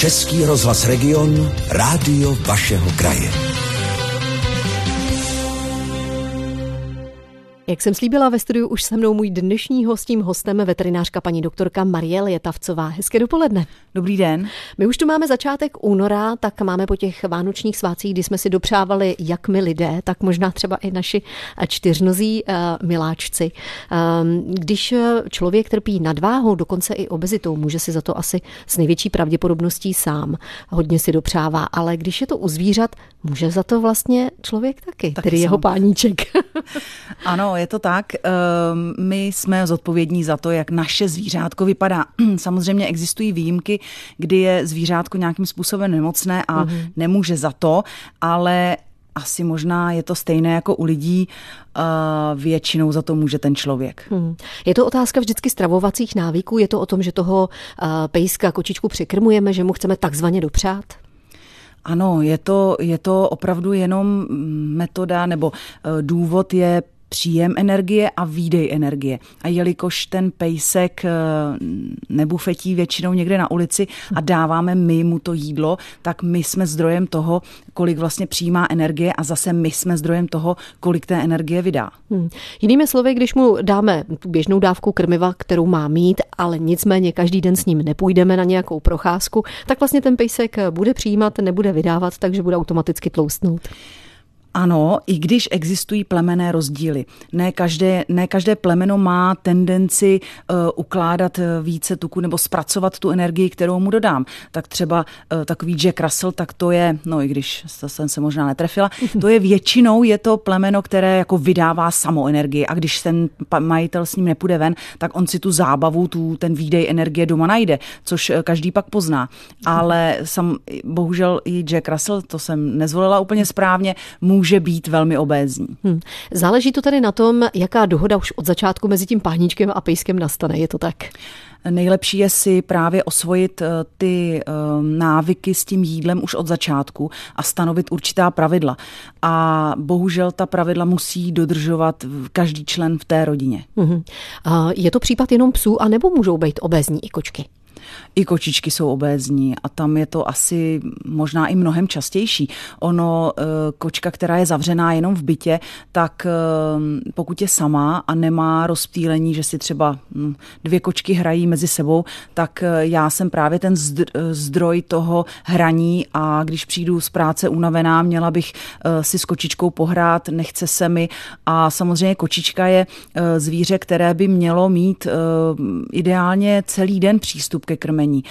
Český rozhlas Region, rádio vašeho kraje. Jak jsem slíbila, ve studiu už se mnou můj dnešní hostem veterinářka paní doktorka Marie Lietavcová. Hezké dopoledne. Dobrý den. My už tu máme začátek února, tak máme po těch vánočních svátcích, kdy jsme si dopřávali jak my lidé, tak možná třeba i naši čtyřnozí miláčci. Když člověk trpí nadváhou, dokonce i obezitou, může si za to asi s největší pravděpodobností sám hodně si dopřává, ale když je to u zvířat, může za to vlastně člověk taky tedy jeho páníček. Ano, je to tak. My jsme zodpovědní za to, jak naše zvířátko vypadá. Samozřejmě existují výjimky, kdy je zvířátko nějakým způsobem nemocné a nemůže za to, ale asi možná je to stejné jako u lidí, většinou za to může ten člověk. Je to otázka vždycky stravovacích návyků? Je to o tom, že toho pejska, kočičku přikrmujeme, že mu chceme takzvaně dopřát? Ano, je to opravdu jenom metoda nebo důvod je příjem energie a výdej energie. A jelikož ten pejsek nebufetí většinou někde na ulici a dáváme my mu to jídlo, tak my jsme zdrojem toho, kolik vlastně přijímá energie a zase my jsme zdrojem toho, kolik té energie vydá. Jinými slovy, když mu dáme tu běžnou dávku krmiva, kterou má mít, ale nicméně každý den s ním nepůjdeme na nějakou procházku, tak vlastně ten pejsek bude přijímat, nebude vydávat, takže bude automaticky tloustnout. Ano, i když existují plemenné rozdíly. Ne každé plemeno má tendenci ukládat více tuku nebo zpracovat tu energii, kterou mu dodám. Tak třeba takový Jack Russell, tak to je, no i když jsem se možná netrefila, to je většinou je to plemeno, které jako vydává samo energii a když ten majitel s ním nepůjde ven, tak on si tu zábavu, ten výdej energie doma najde, což každý pak pozná. Ale bohužel i Jack Russell, to jsem nezvolila úplně správně, může být velmi obézní. Záleží to tedy na tom, jaká dohoda už od začátku mezi tím páníčkem a pejskem nastane, je to tak? Nejlepší je si právě osvojit ty návyky s tím jídlem už od začátku a stanovit určitá pravidla. A bohužel ta pravidla musí dodržovat každý člen v té rodině. Je to případ jenom psů, anebo můžou být obézní i kočky? I kočičky jsou obézní a tam je to asi možná i mnohem častější. Kočka, která je zavřená jenom v bytě, tak pokud je sama a nemá rozptýlení, že si třeba 2 kočky hrají mezi sebou, tak já jsem právě ten zdroj toho hraní a když přijdu z práce unavená, měla bych si s kočičkou pohrát, nechce se mi a samozřejmě kočička je zvíře, které by mělo mít ideálně celý den přístup ke krmení,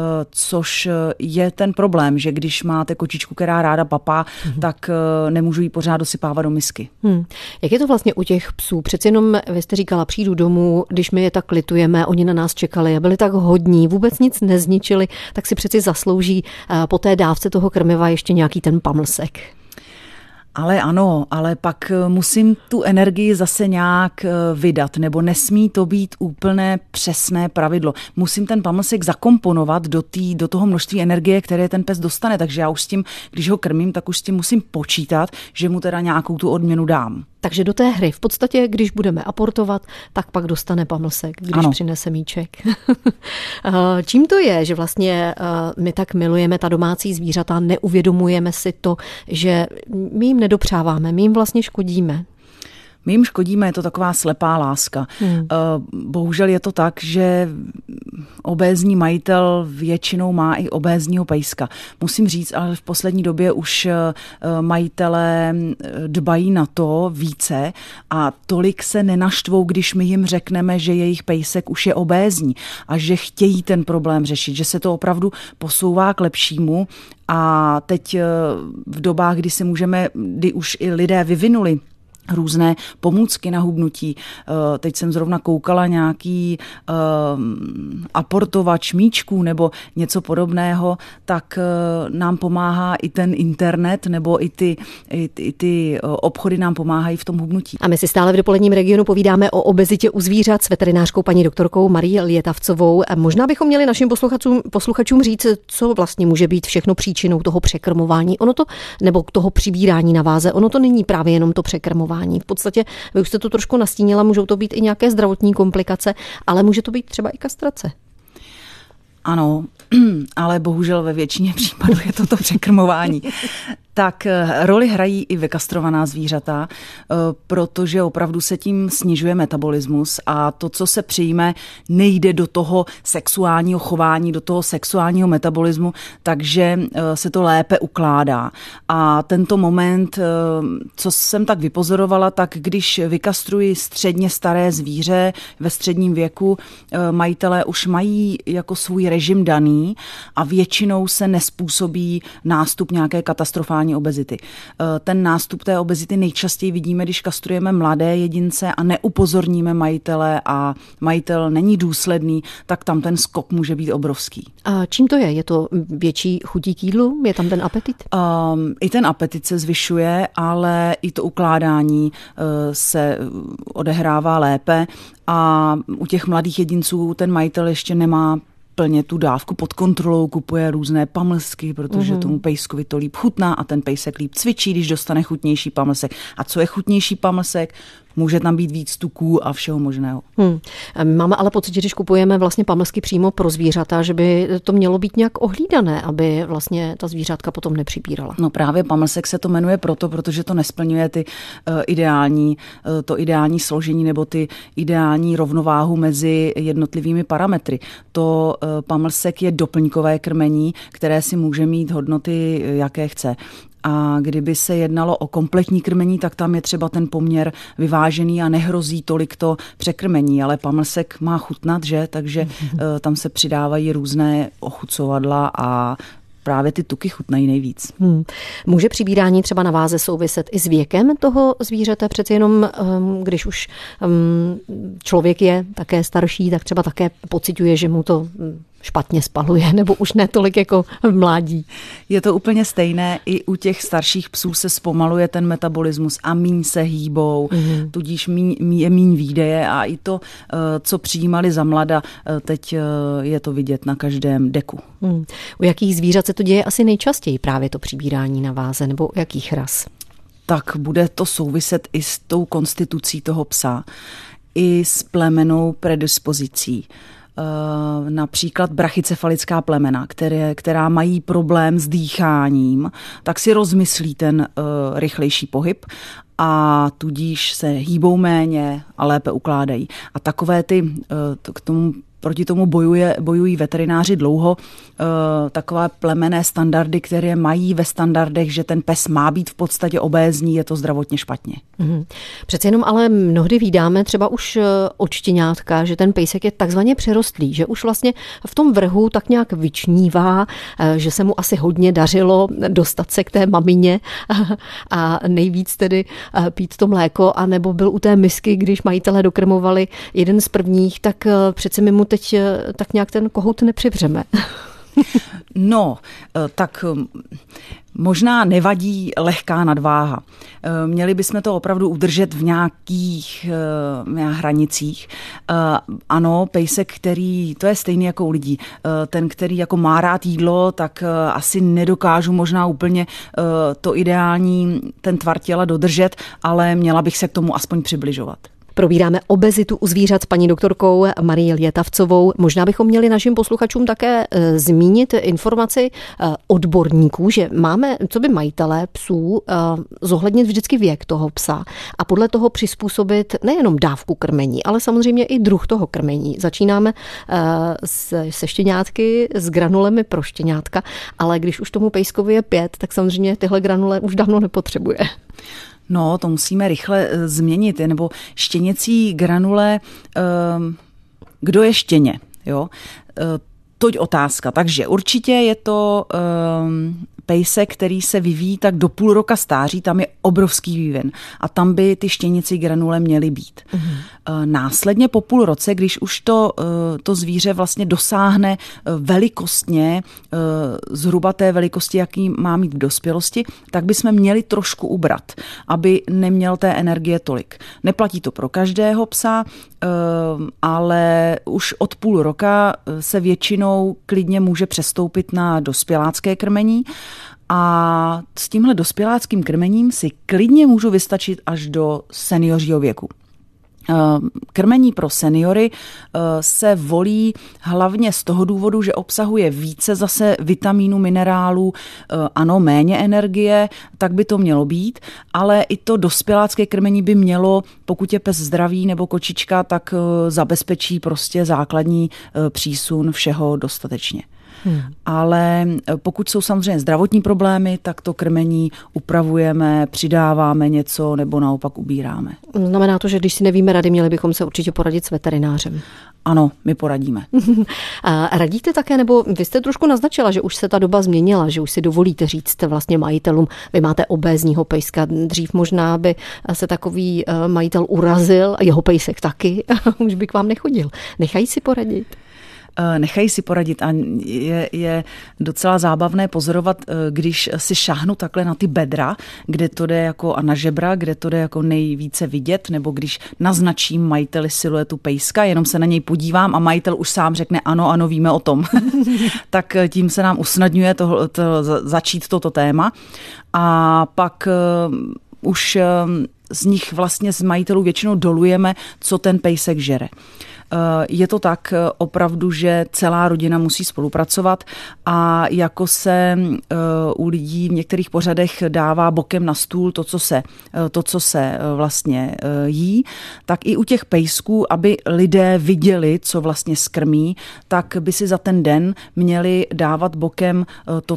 což je ten problém, že když máte kočičku, která ráda papá, tak nemůžu jí pořád dosypávat do misky. Jak je to vlastně u těch psů? Přeci jenom, vy jste říkala, přijdu domů, když my je tak litujeme, oni na nás čekali a byli tak hodní, vůbec nic nezničili, tak si přeci zaslouží po té dávce toho krmiva ještě nějaký ten pamlsek. Ale ano, ale pak musím tu energii zase nějak vydat, nebo nesmí to být úplné přesné pravidlo. Musím ten pamlsek zakomponovat do toho množství energie, které ten pes dostane, takže já už s tím, když ho krmím, tak už s tím musím počítat, že mu teda nějakou tu odměnu dám. Takže do té hry v podstatě, když budeme aportovat, tak pak dostane pamlsek, když přinese míček. Čím to je, že vlastně my tak milujeme ta domácí zvířata, neuvědomujeme si to, že my jim nedopřáváme, my jim vlastně škodíme? My jim škodíme, je to taková slepá láska. Bohužel je to tak, že obézní majitel většinou má i obézního pejska. Musím říct, ale v poslední době už majitelé dbají na to více a tolik se nenaštvou, když my jim řekneme, že jejich pejsek už je obézní a že chtějí ten problém řešit, že se to opravdu posouvá k lepšímu. A teď v dobách, kdy už i lidé vyvinuli různé pomůcky na hubnutí. Teď jsem zrovna koukala nějaký aportovač míčků nebo něco podobného, tak nám pomáhá i ten internet nebo i ty obchody nám pomáhají v tom hubnutí. A my si stále v dopoledním regionu povídáme o obezitě u zvířat s veterinářkou paní doktorkou Marií Lietavcovou. Možná bychom měli našim posluchačům říct, co vlastně může být všechno příčinou toho překrmování. Ono to, nebo toho přibírání na váze. Ono to není právě jenom to překrmování. V podstatě, vy už jste to trošku nastínila, můžou to být i nějaké zdravotní komplikace, ale může to být třeba i kastrace. Ano, ale bohužel ve většině případů je toto překrmování. Tak roli hrají i vykastrovaná zvířata, protože opravdu se tím snižuje metabolismus a to, co se přijme, nejde do toho sexuálního chování, do toho sexuálního metabolismu, takže se to lépe ukládá. A tento moment, co jsem tak vypozorovala, tak když vykastruji středně staré zvíře ve středním věku, majitelé už mají jako svůj režim daný a většinou se nespůsobí nástup nějaké katastrofální obezity. Ten nástup té obezity nejčastěji vidíme, když kastrujeme mladé jedince a neupozorníme majitele a majitel není důsledný, tak tam ten skok může být obrovský. A čím to je? Je to větší chutí k jídlu? Je tam ten apetit? I ten apetit se zvyšuje, ale i to ukládání se odehrává lépe a u těch mladých jedinců ten majitel ještě nemá plně tu dávku pod kontrolou, kupuje různé pamlsky, protože tomu pejskovi to líp chutná a ten pejsek líp cvičí, když dostane chutnější pamlsek. A co je chutnější pamlsek? Může tam být víc tuků a všeho možného. Máme ale pocit, že když kupujeme vlastně pamlsky přímo pro zvířata, že by to mělo být nějak ohlídané, aby vlastně ta zvířátka potom nepřibírala. No právě pamlsek se to jmenuje protože to nesplňuje ty ideální složení nebo ty ideální rovnováhu mezi jednotlivými parametry. To pamlsek je doplňkové krmení, které si může mít hodnoty, jaké chce. A kdyby se jednalo o kompletní krmení, tak tam je třeba ten poměr vyvážený a nehrozí tolik to překrmení, ale pamlsek má chutnat, že? Takže tam se přidávají různé ochucovadla a právě ty tuky chutnají nejvíc. Může přibírání třeba na váze souviset i s věkem toho zvířete? Přeci jenom, když už člověk je také starší, tak třeba také pociťuje, že mu to špatně spaluje, nebo už ne tolik jako v mládí. Je to úplně stejné, i u těch starších psů se zpomaluje ten metabolismus a míň se hýbou, tudíž je míň výdeje a i to, co přijímali za mlada, teď je to vidět na každém deku. U jakých zvířat se to děje asi nejčastěji, právě to přibírání na váze, nebo u jakých ras? Tak bude to souviset i s tou konstitucí toho psa, i s plemennou predispozicí. Například brachycefalická plemena, která mají problém s dýcháním, tak si rozmyslí ten rychlejší pohyb a tudíž se hýbou méně a lépe ukládají. A takové proti tomu bojují veterináři dlouho. Takové plemenné standardy, které mají ve standardech, že ten pes má být v podstatě obézní, je to zdravotně špatně. Přece jenom ale mnohdy vídáme třeba už od štěňátka, že ten pejsek je takzvaně přerostlý, že už vlastně v tom vrhu tak nějak vyčnívá, že se mu asi hodně dařilo dostat se k té mamině a nejvíc tedy pít to mléko, anebo byl u té misky, když majitelé dokrmovali jeden z prvních, tak přece my mu teď tak nějak ten kohout nepřivřeme. No, tak možná nevadí lehká nadváha. Měli bychom to opravdu udržet v nějakých hranicích. Ano, pejsek, to je stejný jako u lidí. Ten, který jako má rád jídlo, tak asi nedokážu možná úplně to ideální, ten tvar těla dodržet, ale měla bych se k tomu aspoň přibližovat. Probíráme obezitu u zvířat s paní doktorkou Marií Lietavcovou. Možná bychom měli našim posluchačům také zmínit informaci odborníků, že máme, co by majitelé psů, zohlednit vždycky věk toho psa a podle toho přizpůsobit nejenom dávku krmení, ale samozřejmě i druh toho krmení. Začínáme se štěňátky, s granulemi pro štěňátka, ale když už tomu pejskovi je 5, tak samozřejmě tyhle granule už dávno nepotřebuje. No, to musíme rychle změnit, nebo štěněcí granule, kdo je štěně, jo? Toť otázka. Takže určitě je to pejsek, který se vyvíjí tak do půl roka stáří, tam je obrovský vývin a tam by ty štěněcí granule měly být. Následně po půl roce, když už to zvíře vlastně dosáhne velikostně, zhruba té velikosti, jaký má mít v dospělosti, tak bychom měli trošku ubrat, aby neměl té energie tolik. Neplatí to pro každého psa, ale už od půl roka se většinou klidně může přestoupit na dospělácké krmení a s tímhle dospěláckým krmením si klidně můžu vystačit až do seniorního věku. Krmení pro seniory se volí hlavně z toho důvodu, že obsahuje více zase vitamínů, minerálů, ano, méně energie, tak by to mělo být, ale i to dospělácké krmení by mělo, pokud je pes zdravý nebo kočička, tak zabezpečí prostě základní přísun všeho dostatečně. Ale pokud jsou samozřejmě zdravotní problémy, tak to krmení upravujeme, přidáváme něco nebo naopak ubíráme. Znamená to, že když si nevíme rady, měli bychom se určitě poradit s veterinářem. Ano, my poradíme. A radíte také, nebo vy jste trošku naznačila, že už se ta doba změnila, že už si dovolíte říct vlastně majitelům, vy máte obézního pejska, dřív možná by se takový majitel urazil, jeho pejsek taky, už by k vám nechodil. Nechají si poradit? Nechají si poradit a je docela zábavné pozorovat, když si šáhnu takhle na ty bedra, kde to jde jako a na žebra, kde to jde jako nejvíce vidět, nebo když naznačím majiteli siluetu pejska, jenom se na něj podívám a majitel už sám řekne ano, víme o tom. Tak tím se nám usnadňuje začít toto téma a pak už z nich vlastně z majitelů většinou dolujeme, co ten pejsek žere. Je to tak opravdu, že celá rodina musí spolupracovat a jako se u lidí v některých pořadech dává bokem na stůl to, co se vlastně jí, tak i u těch pejsků, aby lidé viděli, co vlastně skrmí, tak by si za ten den měli dávat bokem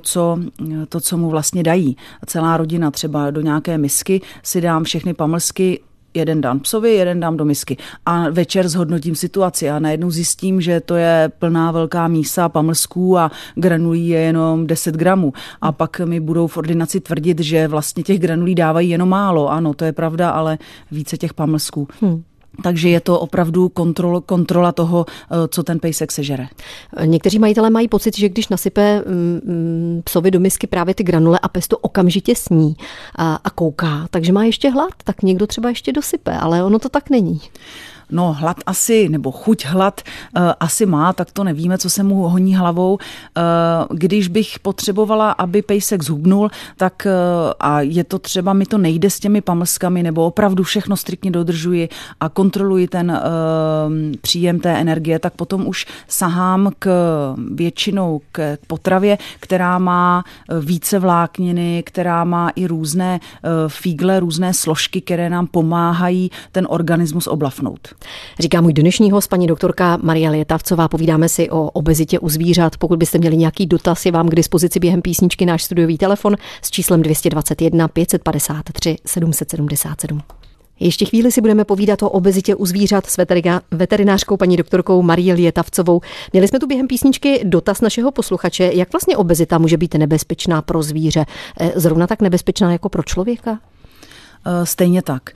to, co mu vlastně dají. Celá rodina třeba do nějaké misky si dám všechny pamlsky, jeden dám psovi, jeden dám do misky. A večer zhodnotím situaci a najednou zjistím, že to je plná velká mísa pamlsků a granulí je jenom 10 gramů. A pak mi budou v ordinaci tvrdit, že vlastně těch granulí dávají jenom málo. Ano, to je pravda, ale více těch pamlsků. Takže je to opravdu kontrola toho, co ten pejsek sežere. Někteří majitelé mají pocit, že když nasype psovi do misky právě ty granule a pes to okamžitě sní a kouká, takže má ještě hlad, tak někdo třeba ještě dosype, ale ono to tak není. No hlad asi, nebo chuť hlad asi má, tak to nevíme, co se mu honí hlavou. Když bych potřebovala, aby pejsek zhubnul, tak a je to třeba, mi to nejde s těmi pamlskami, nebo opravdu všechno striktně dodržuji a kontroluji ten příjem té energie, tak potom už sahám většinou k potravě, která má více vlákniny, která má i různé fígle, různé složky, které nám pomáhají ten organismus oblafnout. Říká můj dnešní host, paní doktorka Marie Lietavcová. Povídáme si o obezitě u zvířat. Pokud byste měli nějaký dotaz, je vám k dispozici během písničky náš studiový telefon s číslem 221 553 777. Ještě chvíli si budeme povídat o obezitě u zvířat s veterinářkou paní doktorkou Marie Lietavcovou. Měli jsme tu během písničky dotaz našeho posluchače, jak vlastně obezita může být nebezpečná pro zvíře. Zrovna tak nebezpečná jako pro člověka? Stejně tak.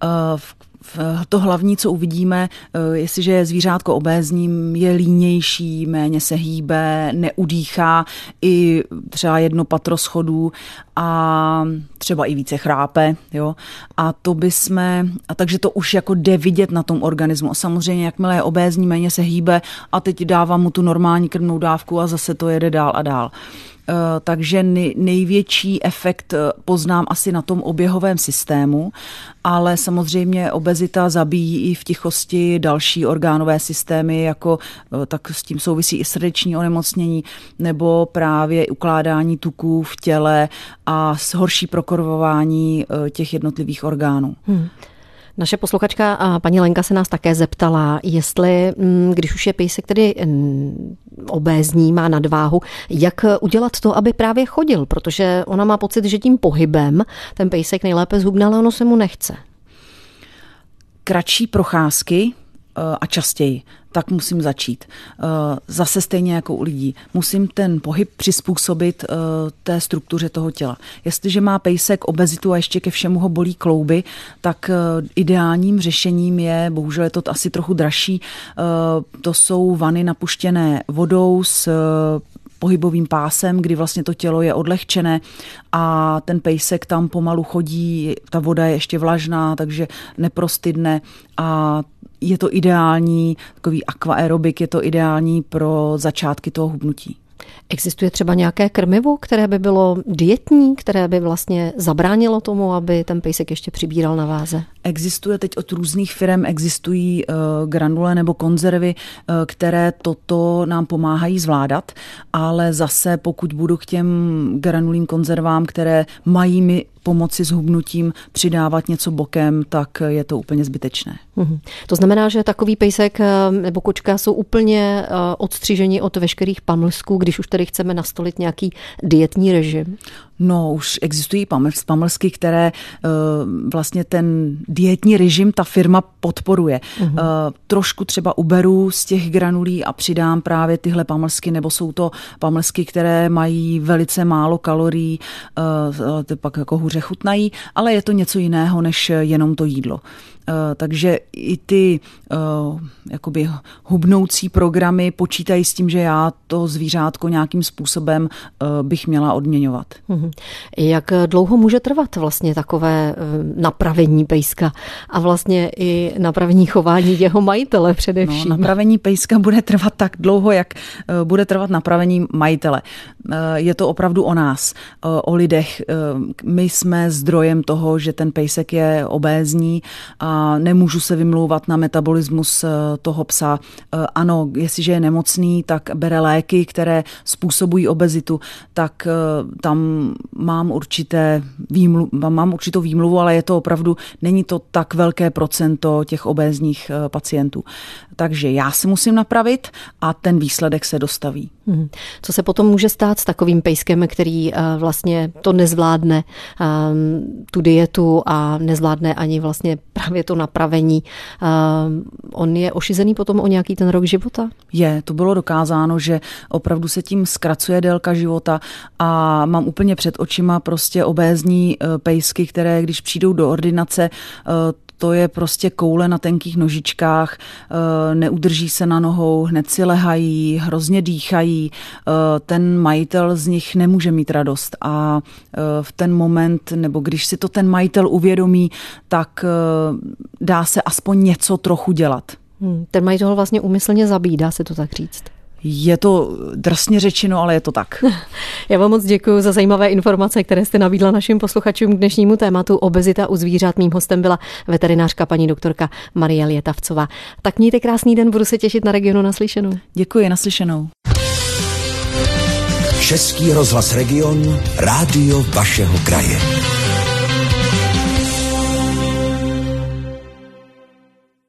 To hlavní, co uvidíme, jestliže je zvířátko obézní, je línější, méně se hýbe, neudýchá i třeba jedno patro schodů a třeba i více chrápe. Jo? Takže to už jako jde vidět na tom organismu. A samozřejmě, jakmile je obézní, méně se hýbe a teď dávám mu tu normální krmnou dávku a zase to jede dál a dál. Takže největší efekt poznám asi na tom oběhovém systému, ale samozřejmě obezita zabíjí i v tichosti další orgánové systémy, tak s tím souvisí i srdeční onemocnění nebo právě ukládání tuků v těle a horší prokrvování těch jednotlivých orgánů. Naše posluchačka a paní Lenka se nás také zeptala, jestli, když už je pejsek tedy obézní, má nadváhu, jak udělat to, aby právě chodil, protože ona má pocit, že tím pohybem ten pejsek nejlépe zhubne, ale ono se mu nechce. Kratší procházky a častěji. Tak musím začít. Zase stejně jako u lidí. Musím ten pohyb přizpůsobit té struktuře toho těla. Jestliže má pejsek obezitu a ještě ke všemu ho bolí klouby, tak ideálním řešením je, bohužel je to asi trochu dražší, to jsou vany napuštěné vodou s pohybovým pásem, kdy vlastně to tělo je odlehčené a ten pejsek tam pomalu chodí, ta voda je ještě vlažná, takže neprostydne a je to ideální, takový aquaerobik, je to ideální pro začátky toho hubnutí. Existuje třeba nějaké krmivo, které by bylo dietní, které by vlastně zabránilo tomu, aby ten pejsek ještě přibíral na váze? Existuje teď od různých firem, existují granule nebo konzervy, které toto nám pomáhají zvládat, ale zase pokud budu k těm granulím konzervám, které mají mi pomoci s hubnutím přidávat něco bokem, tak je to úplně zbytečné. To znamená, že takový pejsek nebo kočka jsou úplně odstřiženi od veškerých pamlsků, když už tady chceme nastolit nějaký dietní režim? No, už existují pamlsky, které vlastně ten dietní režim ta firma podporuje. Trošku třeba uberu z těch granulí a přidám právě tyhle pamlsky, nebo jsou to pamlsky, které mají velice málo kalorií, ty pak jako hůře chutnají, ale je to něco jiného než jenom to jídlo. Takže i ty jakoby hubnoucí programy počítají s tím, že já to zvířátko nějakým způsobem bych měla odměňovat. Jak dlouho může trvat vlastně takové napravení pejska a vlastně i napravení chování jeho majitele především? No, napravení pejska bude trvat tak dlouho, jak bude trvat napravení majitele. Je to opravdu o nás, o lidech. My jsme zdrojem toho, že ten pejsek je obézní a nemůžu se vymlouvat na metabolismus toho psa. Ano, jestliže je nemocný, tak bere léky, které způsobují obezitu, tak tam mám určitou výmluvu, ale je to opravdu, není to tak velké procento těch obézních pacientů. Takže já si musím napravit a ten výsledek se dostaví. Co se potom může stát s takovým pejskem, který vlastně to nezvládne, tu dietu a nezvládne ani vlastně právě to napravení? On je ošizený potom o nějaký ten rok života? To bylo dokázáno, že opravdu se tím zkracuje délka života a mám úplně před očima prostě obézní pejsky, které když přijdou do ordinace, to je prostě koule na tenkých nožičkách, neudrží se na nohou, hned si lehají, hrozně dýchají, ten majitel z nich nemůže mít radost a v ten moment, nebo když si to ten majitel uvědomí, tak dá se aspoň něco trochu dělat. Ten majitel ho vlastně úmyslně zabíjí, dá se to tak říct? Je to drsně řečeno, ale je to tak. Já vám moc děkuji za zajímavé informace, které jste nabídla našim posluchačům k dnešnímu tématu obezita u zvířat. Mým hostem byla veterinářka paní doktorka Marie Lietavcová. Tak mějte krásný den, budu se těšit na Regionu naslyšenou. Děkuji, naslyšenou. Český rozhlas Region, rádio vašeho kraje.